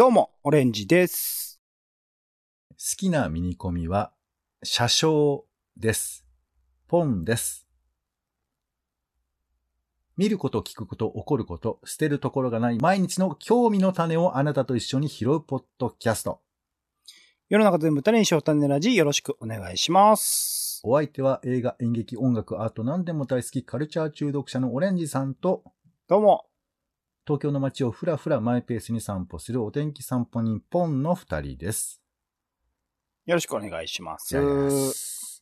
どうも、オレンジです。 好きなミニコミは、車掌です。ポンです。見ること、聞くこと、起こること、捨てるところがない毎日の興味の種をあなたと一緒に拾うポッドキャスト。 世の中全部種にしよう種ラジ、よろしくお願いします。 お相手は映画、演劇、音楽、アート何でも大好きカルチャー中毒者のオレンジさんと、 どうも。 東京の街をふらふらマイペースに散歩するお天気散歩人ポンの二人です。 よろしくお願いします。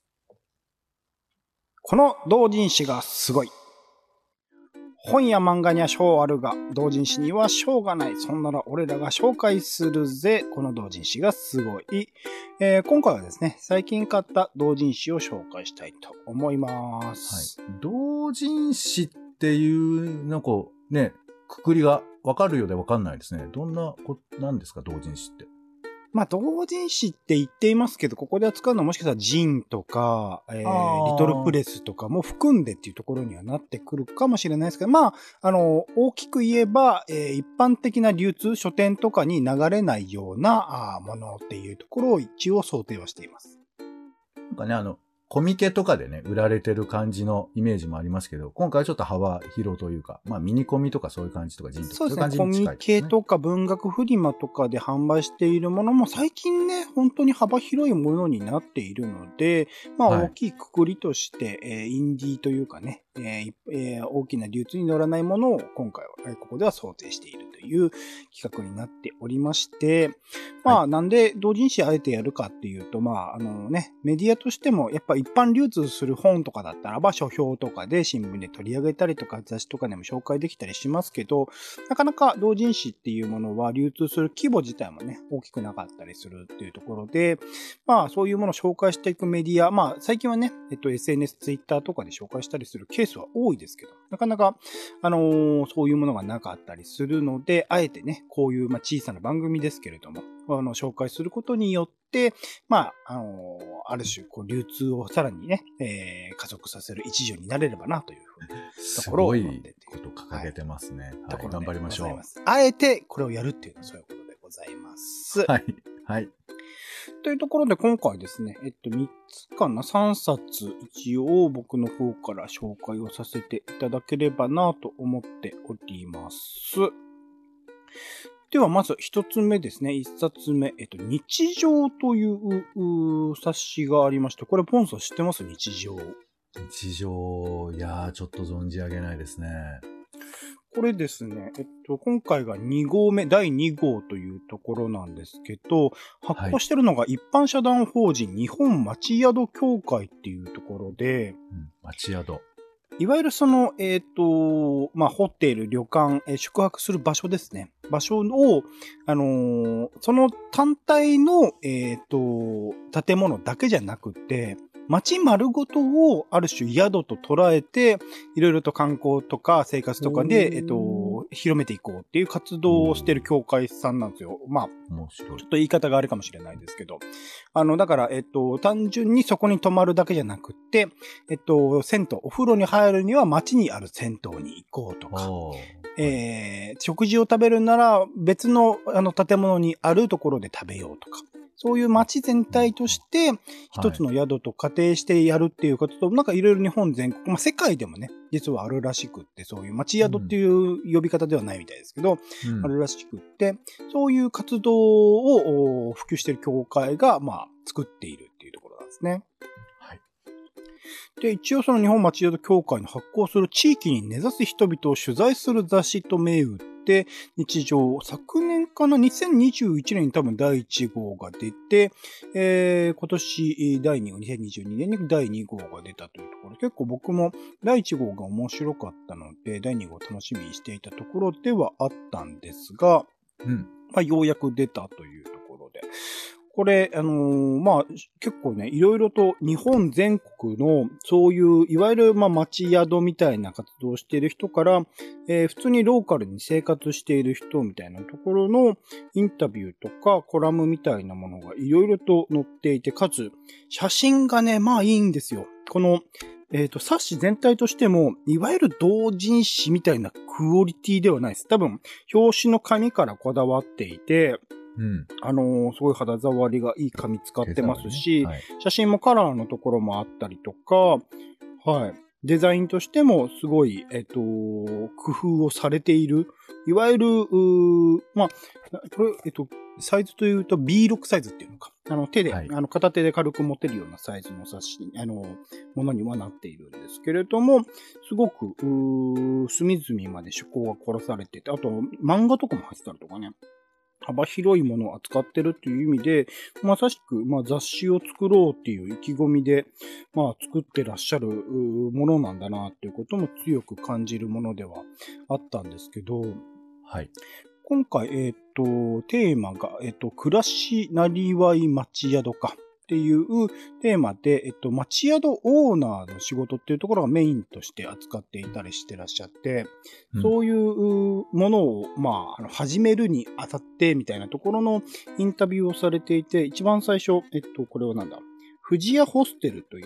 この同人誌がすごい。本や漫画には賞あるが、同人誌には賞がない。そんなら俺らが紹介するぜ。この同人誌がすごい。今回はですね、最近買った同人誌を紹介したいと思います。 はい。同人誌っていう、なんかね、くくりがわかるようでわかんないですね。どんななんですか、同人誌って。 まあ、同人誌って言っていますけど、ここで扱うのはもしかしたらジンとか、リトルプレスとかも含んでっていうところにはなってくるかもしれないですけど、まあ、大きく言えば、一般的な流通、書店とかに流れないようなものっていうところを一応想定はしています。 なんかね、コミケとかでね、売られてる感じのイメージもありますけど、今回はちょっと幅広というか、まあミニコミとかそういう感じとかジンとかそうですね。 そういう感じに近いですね。 コミケとか文学フリマとかで販売しているものも最近ね、本当に幅広いものになっているので、まあ大きいくくりとして、インディーというかね、大きな流通に乗らないものを今回は、ここでは想定しているという企画になっておりまして、まあなんで同人誌あえてやるかっていうと、まあメディアとしてもやっぱ一般流通する本とかだったらば書評とかで新聞で取り上げたりとか雑誌とかでも紹介できたりしますけど、なかなか同人誌っていうものは流通する規模自体もね、大きくなかったりするっていうところで、まあそういうものを紹介していくメディア、まあ最近はね、SNS、Twitter とかで紹介したりするケースは多いですけど、なかなか、そういうものがなかったりするので、あえてね、こういう、小さな番組ですけれども、紹介することによって、ある種、流通をさらにね、加速させる一助になれればなというふうなところを思ってて。 すごいこと掲げてますね。 はい、 頑張りましょう。 あえてこれをやるっていうのはそういうことでございます。 はい。はい。 というところで今回ですね、3つかな、3冊一応僕の方から紹介をさせていただければなと思っております。ではまず一つ目ですね。一冊目。日常という冊子がありまして、これポンさん知ってます？日常。 日常、いやー、ちょっと存じ上げないですね。 これですね、今回が2号目、第2号というところなんですけど、発行してるのが一般社団法人日本町宿協会っていうところで、 町宿。 いわゆるその、ホテル、旅館、宿泊する場所ですね。場所を、その単体の、建物だけじゃなくて、街丸ごとをある種宿と捉えて、いろいろと観光とか生活とかで、広めていこうっていう活動をしている協会さんなんですよ。まあ、ちょっと言い方があれかもしれないですけど。だから、単純にそこに泊まるだけじゃなくて、銭湯、お風呂に入るには街にある銭湯に行こうとか、食事を食べるなら別の建物にあるところで食べようとか。そういう街全体として、一つの宿と仮定してやるっていうことと、なんかいろいろ日本全国、世界でもね、実はあるらしくって、そういう街宿っていう呼び方ではないみたいですけど、あるらしくって、そういう活動を普及している協会が、作っているっていうところなんですね。 はい。 で、一応その日本町宿協会の発行する地域に根ざす人々を取材する雑誌と銘打って、日常、昨年かな ?2021 年に多分第1号が出て、今年第2号、2022年に第2号が出たというところ、結構僕も第1号が面白かったので、第2号を楽しみにしていたところではあったんですが、ようやく出たというところで、これ、結構ね、いろいろと日本全国の、そういう、いわゆる、町宿みたいな活動をしている人から、普通にローカルに生活している人みたいなところのインタビューとかコラムみたいなものがいろいろと載っていて、かつ、写真がね、いいんですよ。この、 冊子全体としても、いわゆる同人誌みたいなクオリティではないです。多分、表紙の紙からこだわっていて、 うん。 すごい肌触りがいい紙使ってますし、 ねはい、 写真もカラーのところもあったりとか、はい。デザインとしてもすごい、工夫をされている。いわゆる、まあ、これ、サイズというと B6 サイズっていうのか。手で、 はい、 片手で軽く持てるようなサイズの冊子に、ものにはなっているんですけれども、すごく、隅々まで趣向が凝らされてて、あと、漫画とかも入ってたりとかね。幅広いものを扱ってるっていう意味で、まさしく、雑誌を作ろうっていう意気込みで、作ってらっしゃるものなんだなっていうことも強く感じるものではあったんですけど、 はい。 今回、テーマが、暮らしなりわい町宿かっていうテーマで、町宿オーナーの仕事っていうところがメインとして扱っていたりしてらっしゃって、そういうものを、始めるにあたってみたいなところのインタビューをされていて、一番最初、これはなんだ、富士屋ホステルという、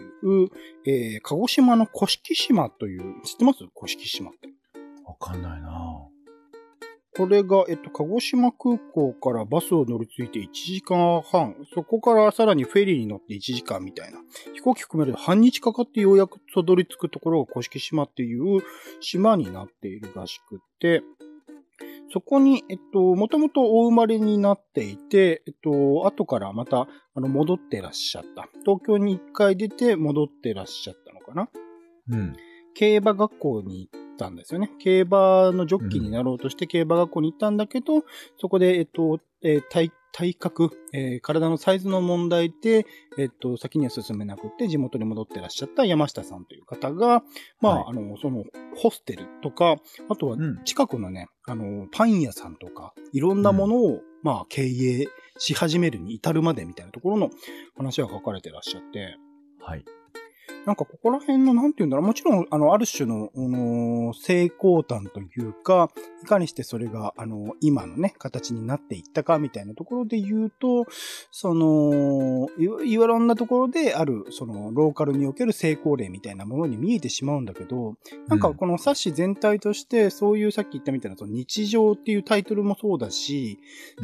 鹿児島の甑島という、知ってます？甑島って。 わかんないなぁ。 これが、鹿児島空港からバスを乗り継いで1時間半、そこからさらにフェリーに乗って1時間みたいな。飛行機含めると半日かかってようやくたどり着くところが甑島っていう島になっているらしくて、そこに、もともとお生まれになっていて、後からまた、戻ってらっしゃった。東京に一回出て戻ってらっしゃったのかな？ うん。 競馬学校に行ったんですよね。競馬のジョッキーになろうとして競馬学校に行ったんだけど、そこで、体格、体のサイズの問題で、先には進めなくて地元に戻ってらっしゃった山下さんという方が、そのホステルとか、あとは近くのね、パン屋さんとか、いろんなものを、経営し始めるに至るまでみたいなところの話が書かれてらっしゃって、 はい。 なんかここら辺の、なんていうんだろう、もちろん、ある種の、成功談というか、いかにしてそれが、今のね、形になっていったか、みたいなところで言うと、いろんなところである、ローカルにおける成功例みたいなものに見えてしまうんだけど、なんかこの冊子全体として、そういうさっき言ったみたいな、日常っていうタイトルもそうだし、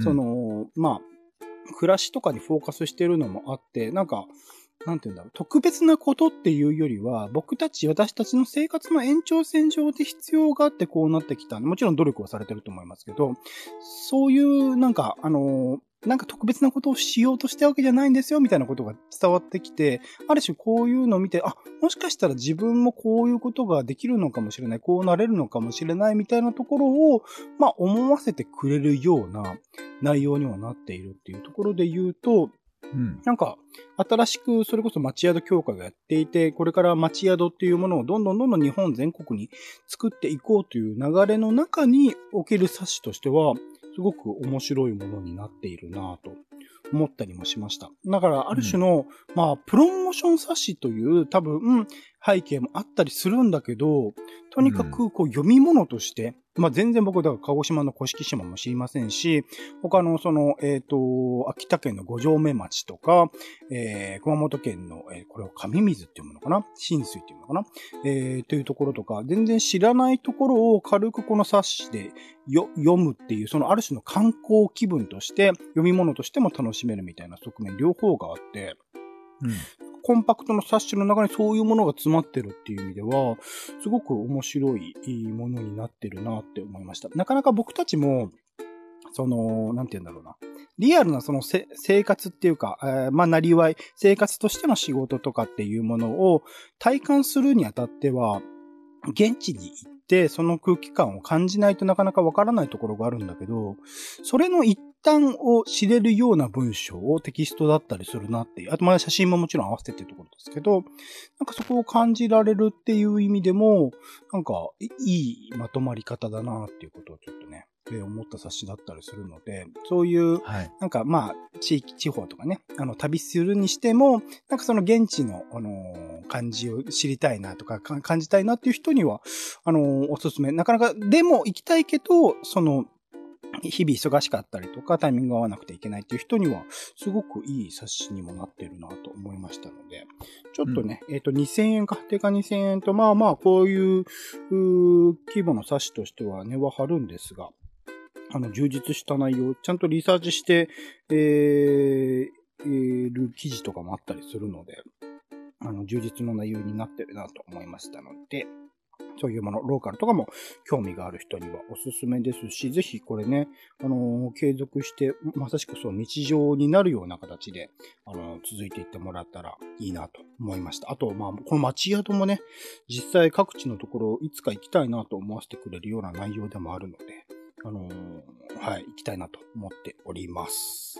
暮らしとかにフォーカスしてるのもあって、なんか、なんていうんだろう、特別なことっていうよりは、私たちの生活の延長線上で必要があってこうなってきた。もちろん努力はされてると思いますけど、そういう、なんか特別なことをしようとしたわけじゃないんですよ、みたいなことが伝わってきて、ある種こういうのを見て、もしかしたら自分もこういうことができるのかもしれない、こうなれるのかもしれないみたいなところを、思わせてくれるような内容にはなっているっていうところで言うと、なんか、新しく、それこそ町宿協会がやっていて、これから町宿っていうものをどんどん日本全国に作っていこうという流れの中における冊子としては、すごく面白いものになっているなぁと思ったりもしました。だから、ある種の、プロモーション冊子という多分、背景もあったりするんだけど、とにかく読み物として、全然僕、だから鹿児島の甑島も知りませんし、他の秋田県の五城目町とか、熊本県の、これを上水っていうものかな？浸水っていうのかな？というところとか、全然知らないところを軽くこの冊子で読むっていう、ある種の観光気分として、読み物としても楽しめるみたいな側面、両方があって、コンパクトの冊子の中にそういうものが詰まってるっていう意味では、すごく面白いものになってるなって思いました。なかなか僕たちも、なんて言うんだろうな。リアルな生活っていうか、なりわい、生活としての仕事とかっていうものを体感するにあたっては、現地に行ってその空気感を感じないとなかなかわからないところがあるんだけど、それの一端を知れるような文章をテキストだったりするなっていう。あと写真ももちろん合わせてっていうところですけど、なんかそこを感じられるっていう意味でも、なんかいいまとまり方だなっていうことをちょっとね、思った冊子だったりするので、そういう、なんか地方とかね、旅するにしても、なんかその現地の、感じを知りたいなとか、感じたいなっていう人には、おすすめ。なかなか、でも行きたいけど、 日々忙しかったりとか、タイミングが合わなくていけないっていう人には、すごくいい冊子にもなってるなと思いましたので、ちょっとね、2000円か、定価2000円と、まあまあ、こういう、規模の冊子としては値は張るんですが、充実した内容、ちゃんとリサーチして、る記事とかもあったりするので、充実の内容になってるなと思いましたので、そういうもの、ローカルとかも興味がある人にはおすすめですし、ぜひこれね、継続して、まさしくそう日常になるような形で、続いていってもらったらいいなと思いました。あと、まあ、この町宿もね、実際各地のところいつか行きたいなと思わせてくれるような内容でもあるので、はい、行きたいなと思っております。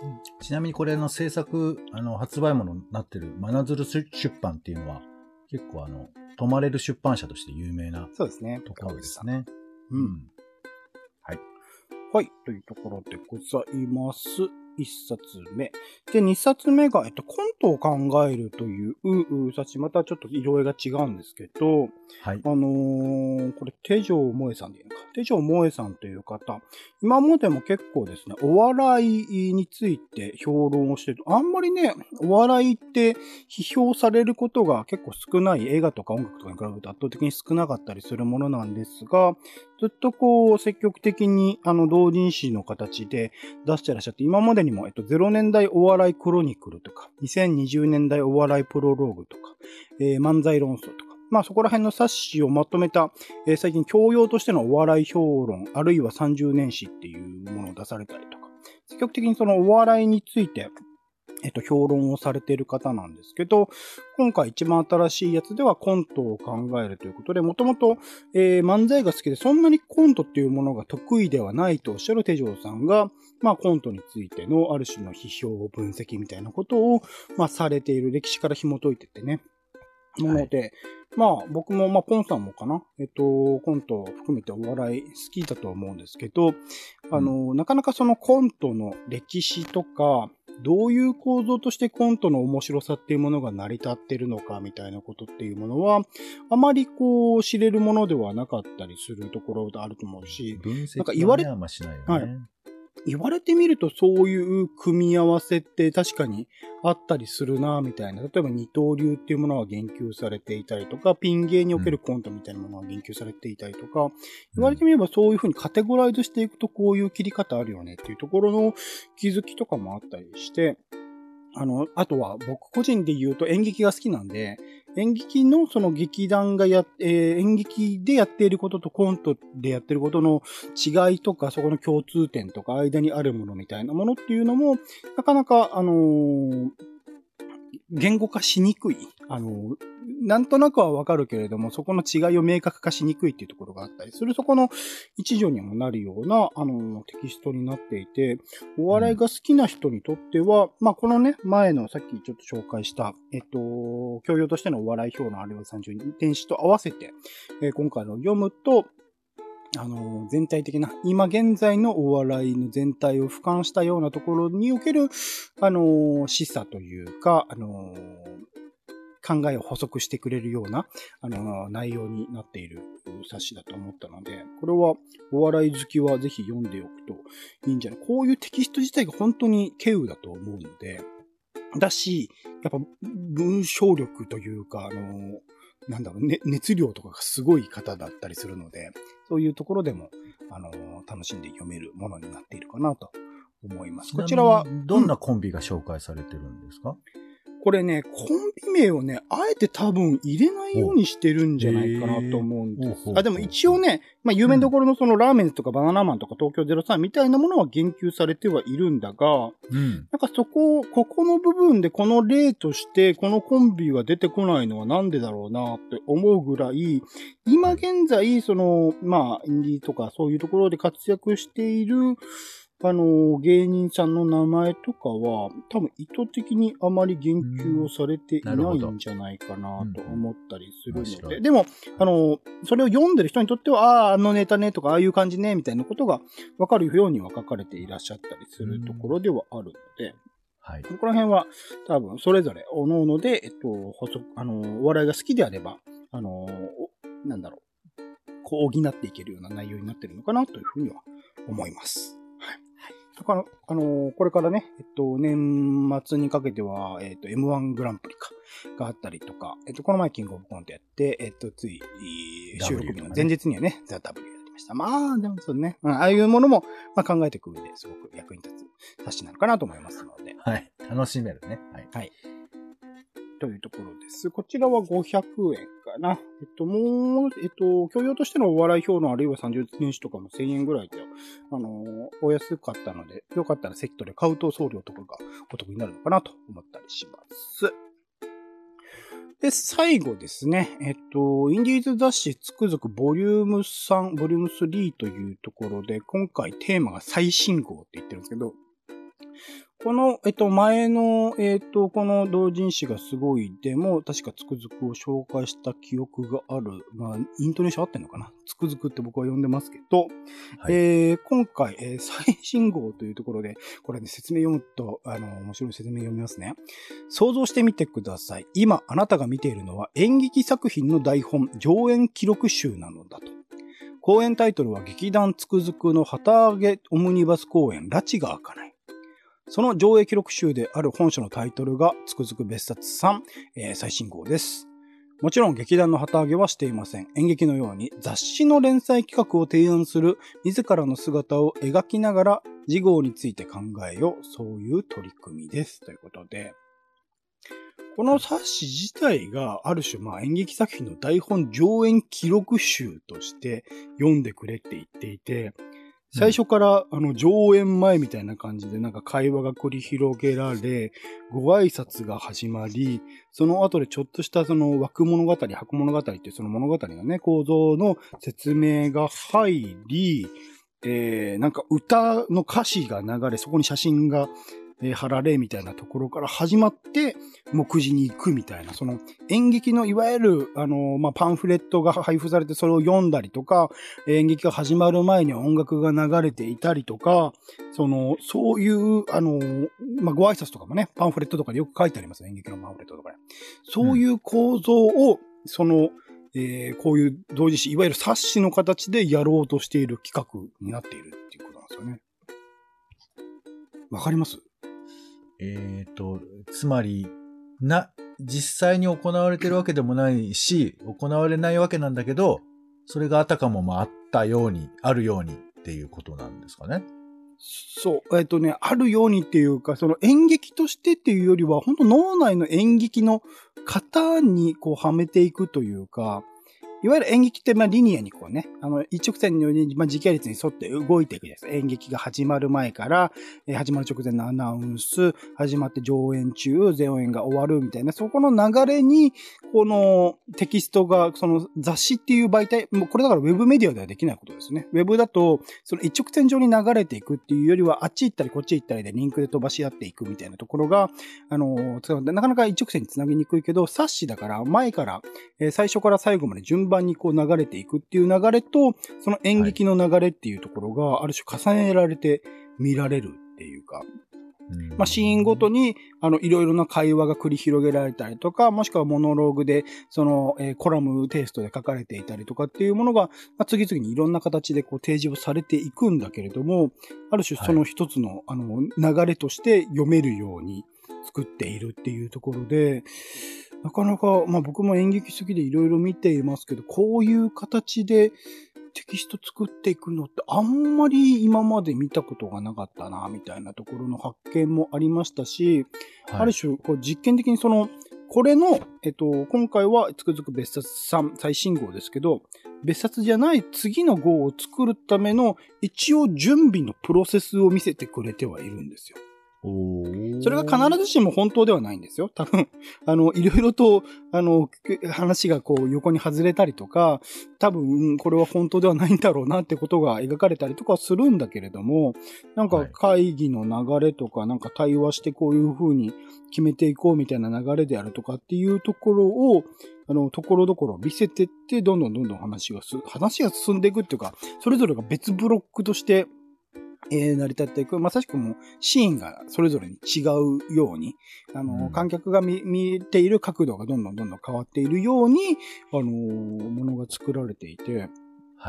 ちなみにこれの制作、発売物になってる真鶴出版っていうのは、結構泊まれる出版社として有名なそうですね。 ところですね。 うん。はい。はい。というところでございます。1冊目。で、2冊目が、コントを考えるという冊子、またちょっと色合いが違うんですけど、 はい。 これ、手城萌さんでいいのか。手城萌さんという方、今までも結構ですね、お笑いについて評論をしてる。あんまりね、お笑いって批評されることが結構少ない映画とか音楽とかに比べると圧倒的に少なかったりするものなんですが、ずっとこう、積極的に同人誌の形で出してらっしゃって、今までにも、0年代お笑いクロニクルとか、2020年代お笑いプロローグとか、漫才論争とか、まあそこら辺の冊子をまとめた、最近教養としてのお笑い評論、あるいは30年史っていうものを出されたりとか、積極的にそのお笑いについて、評論をされている方なんですけど、今回一番新しいやつではコントを考えるということで、もともと漫才が好きでそんなにコントっていうものが得意ではないとおっしゃる手城さんが、まあコントについてのある種の批評分析みたいなことを、まあされている歴史から紐解いてってね、もので、はい、まあ僕もまあポンさんもかな、コントを含めてお笑い好きだと思うんですけど、なかなかそのコントの歴史とか、どういう構造としてコントの面白さっていうものが成り立ってるのかみたいなことっていうものは、あまりこう知れるものではなかったりするところがあると思うし、 分析なんか言われ、 あんましないよね。 はい。言われてみるとそういう組み合わせって確かにあったりするなみたいな。例えば二刀流っていうものが言及されていたりとか、ピン芸におけるコントみたいなものが言及されていたりとか、言われてみればそういうふうにカテゴライズしていくとこういう切り方あるよねっていうところの気づきとかもあったりして、あとは僕個人で言うと演劇が好きなんで、演劇のその劇団が演劇でやっていることとコントでやっていることの違いとか、そこの共通点とか間にあるものみたいなものっていうのも、なかなか、言語化しにくい。なんとなくはわかるけれども、そこの違いを明確化しにくいっていうところがあったりする、そこの一助にもなるような、テキストになっていて、お笑いが好きな人にとっては、まあ、このね、前のさっきちょっと紹介した、教養としてのお笑い評論あるいは32点詞と合わせて、今回の読むと、全体的な、今現在のお笑いの全体を俯瞰したようなところにおける、示唆というか、考えを補足してくれるような、内容になっている冊子だと思ったので、これはお笑い好きはぜひ読んでおくといいんじゃない。こういうテキスト自体が本当に稀有だと思うので、だし、やっぱ文章力というか、なんだろう、ね、熱量とかがすごい方だったりするので、そういうところでも、楽しんで読めるものになっているかなと思います。こちらは。 どんなコンビが紹介されてるんですか？ これね、コンビ名をね、あえて多分入れないようにしてるんじゃないかなと思うんです。でも一応ね、まあ、有名どころのそのラーメンズとかバナナマンとか東京03みたいなものは言及されてはいるんだが、なんかここの部分でこの例としてこのコンビが出てこないのはなんでだろうなって思うぐらい、今現在、まあ、インディーとかそういうところで活躍している、芸人さんの名前とかは、多分意図的にあまり言及をされていないんじゃないかなと思ったりするので、でも、それを読んでる人にとっては、あのネタねとか、ああいう感じね、みたいなことが分かるようには書かれていらっしゃったりするところではあるので、 はい。 ここら辺は多分それぞれ各々で、お笑いが好きであれば、なんだろう、こう補っていけるような内容になってるのかなというふうには思います。 だから、これからね、年末にかけては、M1 グランプリがあったりとか、この前キングオブコントやって、つい、収録日の前日にはね、ザ・ W やりました。まあ、でもそうね、ああいうものも、まあ、考えていく上ですごく役に立つ冊子なのかなと思いますので。 はい。楽しめるね。はい。 はい。というところです。こちらは500円かな。もう、教養としてのお笑い評論あるいは30年史とかも1000円ぐらいで、お安かったので、よかったらセットで買うと送料とかがお得になるのかなと思ったりします。で、最後ですね。インディーズ雑誌つくづくボリューム3、ボリューム3というところで、今回テーマが最新号って言ってるんですけど、この、前の、この同人誌がすごいでも、確かつくづくを紹介した記憶がある。まあ、イントネーション合ってんのかな、つくづくって僕は呼んでますけど、はい、今回、最新号というところで、これね、説明読むと、面白い説明読みますね。想像してみてください。今、あなたが見ているのは演劇作品の台本、上演記録集なのだと。公演タイトルは劇団つくづくの旗揚げオムニバス公演、拉致が開かない。その上映記録集である本書のタイトルがつくづく別冊3、最新号です。もちろん劇団の旗揚げはしていません。演劇のように雑誌の連載企画を提案する自らの姿を描きながら次号について考えよう。そういう取り組みです。ということで、この冊子自体がある種演劇作品の台本上演記録集として読んでくれって言っていて、最初から上演前みたいな感じで会話が繰り広げられ、ご挨拶が始まり、その後でちょっとした枠物語、箱物語っていうその物語のね、構造の説明が入り、歌の歌詞が流れ、そこに写真が貼られみたいなところから始まって、目次に行くみたいな、その演劇のいわゆる、パンフレットが配布されてそれを読んだりとか、演劇が始まる前に音楽が流れていたりとか、そういう、ご挨拶とかもね、パンフレットとかでよく書いてありますね、演劇のパンフレットとかで。そういう構造を、こういう同時誌、いわゆる冊子の形でやろうとしている企画になっているっていうことなんですよね。わかります？ つまり、実際に行われてるわけでもないし、行われないわけなんだけど、それがあたかもあったように、あるようにっていうことなんですかね。 そう。あるようにっていうか、その演劇としてっていうよりは、本当脳内の演劇の型にはめていくというか、いわゆる演劇ってリニアに一直線のように時系列に沿って動いていくです。演劇が始まる前から、始まる直前のアナウンス、始まって上演中、前演が終わるみたいな、そこの流れに、このテキストが、その雑誌っていう媒体、もうこれだからウェブメディアではできないことですね。ウェブだと、その一直線上に流れていくっていうよりは、あっち行ったりこっち行ったりでリンクで飛ばし合っていくみたいなところが、なかなか一直線につなぎにくいけど、冊子だから前から、最初から最後まで順番に流れていくっていう流れと、その演劇の流れっていうところがある種重ねられて見られるっていうか、シーンごとに、いろいろな会話が繰り広げられたりとか、もしくはモノローグで、コラムテイストで書かれていたりとかっていうものが、次々にいろんな形で提示をされていくんだけれども、ある種その一つの、流れとして読めるように作っているっていうところで、なかなか、僕も演劇好きでいろいろ見ていますけど、こういう形でテキスト作っていくのってあんまり今まで見たことがなかったな、みたいなところの発見もありましたし、ある種、実験的にこれの、今回はつくづく別冊3最新号ですけど、別冊じゃない次の号を作るための一応準備のプロセスを見せてくれてはいるんですよ。それが必ずしも本当ではないんですよ。多分、いろいろと、話が横に外れたりとか、多分、これは本当ではないんだろうなってことが描かれたりとかするんだけれども、会議の流れとか、対話してこういう風に決めていこうみたいな流れであるとかっていうところを、ところどころ見せてって、どんどん話が進んでいくっていうか、それぞれが別ブロックとして、成り立っていく。まさしくもシーンがそれぞれに違うように、観客が見ている角度がどんどん変わっているように、ものが作られていて。 はい。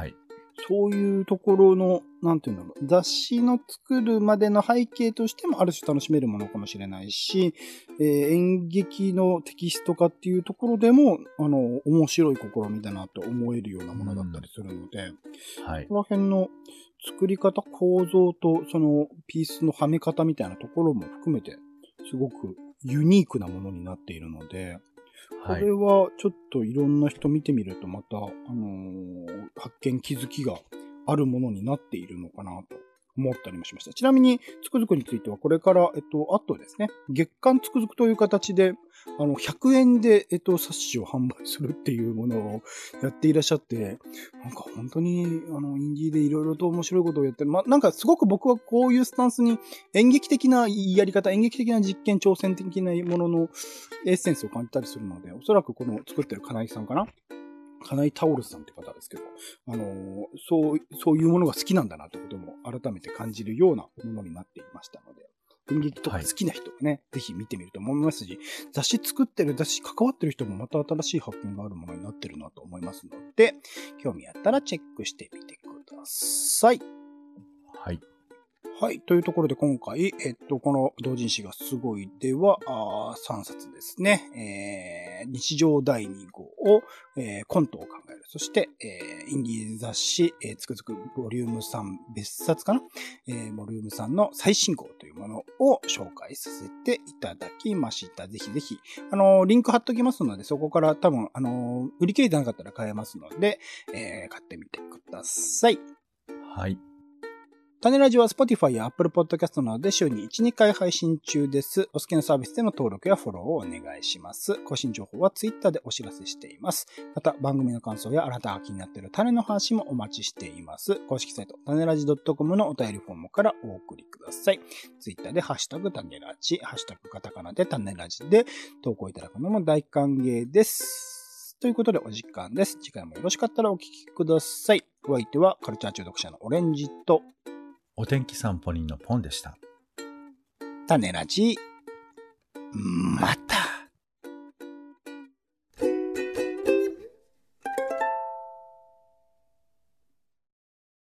そういうところの、なんていうんだろう、雑誌の作るまでの背景としてもある種楽しめるものかもしれないし、演劇のテキスト化っていうところでも、面白い試みだなと思えるようなものだったりするので、 はい。 ここら辺の作り方、構造と、そのピースのはめ方みたいなところも含めて、すごくユニークなものになっているので、こはいれ。はちょっといろんな人見てみるとまた、発見気づきがあるものになっているのかなと思ったりもしました。ちなみに、つくづくについてはこれから、あとですね、月刊つくづくという形で、100円で、冊子を販売するっていうものをやっていらっしゃって、なんか本当に、インディーでいろいろと面白いことをやってる。なんかすごく僕はこういうスタンスに演劇的なやり方、演劇的な実験、挑戦的なもののエッセンスを感じたりするので、おそらくこの作ってる金井さんかな、金井タオルさんって方ですけど、そういうものが好きなんだなということも改めて感じるようなものになっていましたので、演劇とか好きな人がね、ぜひ見てみると思いますし、雑誌関わってる人もまた新しい発見があるものになってるなと思いますので、興味あったらチェックしてみてください。 はい。 はい。というところで今回、この同人誌がすごいでは、3冊ですね。日常第2号を、コントを考える。そして、インディー雑誌、つくづくボリューム3別冊かな、ボリューム3の最新号というものを紹介させていただきました。ぜひぜひ、リンク貼っときますので、そこから多分、売り切れてなかったら買えますので、買ってみてください。 はい。 種ラジは Spotify や Apple Podcast などで週に1、2回配信中です。お好きなサービスでの登録やフォローをお願いします。更新情報は Twitter でお知らせしています。また、番組の感想やあなたが気になっている種の話もお待ちしています。公式サイト、種ラジ .com のお便りフォームからお送りください。Twitter でハッシュタグ種ラジ、ハッシュタグカタカナで種ラジで投稿いただくのも大歓迎です。ということでお時間です。次回もよろしかったらお聞きください。お相手はカルチャー中毒者のオレンジと、 お天気散歩人のポンでした。 種ラジ、また。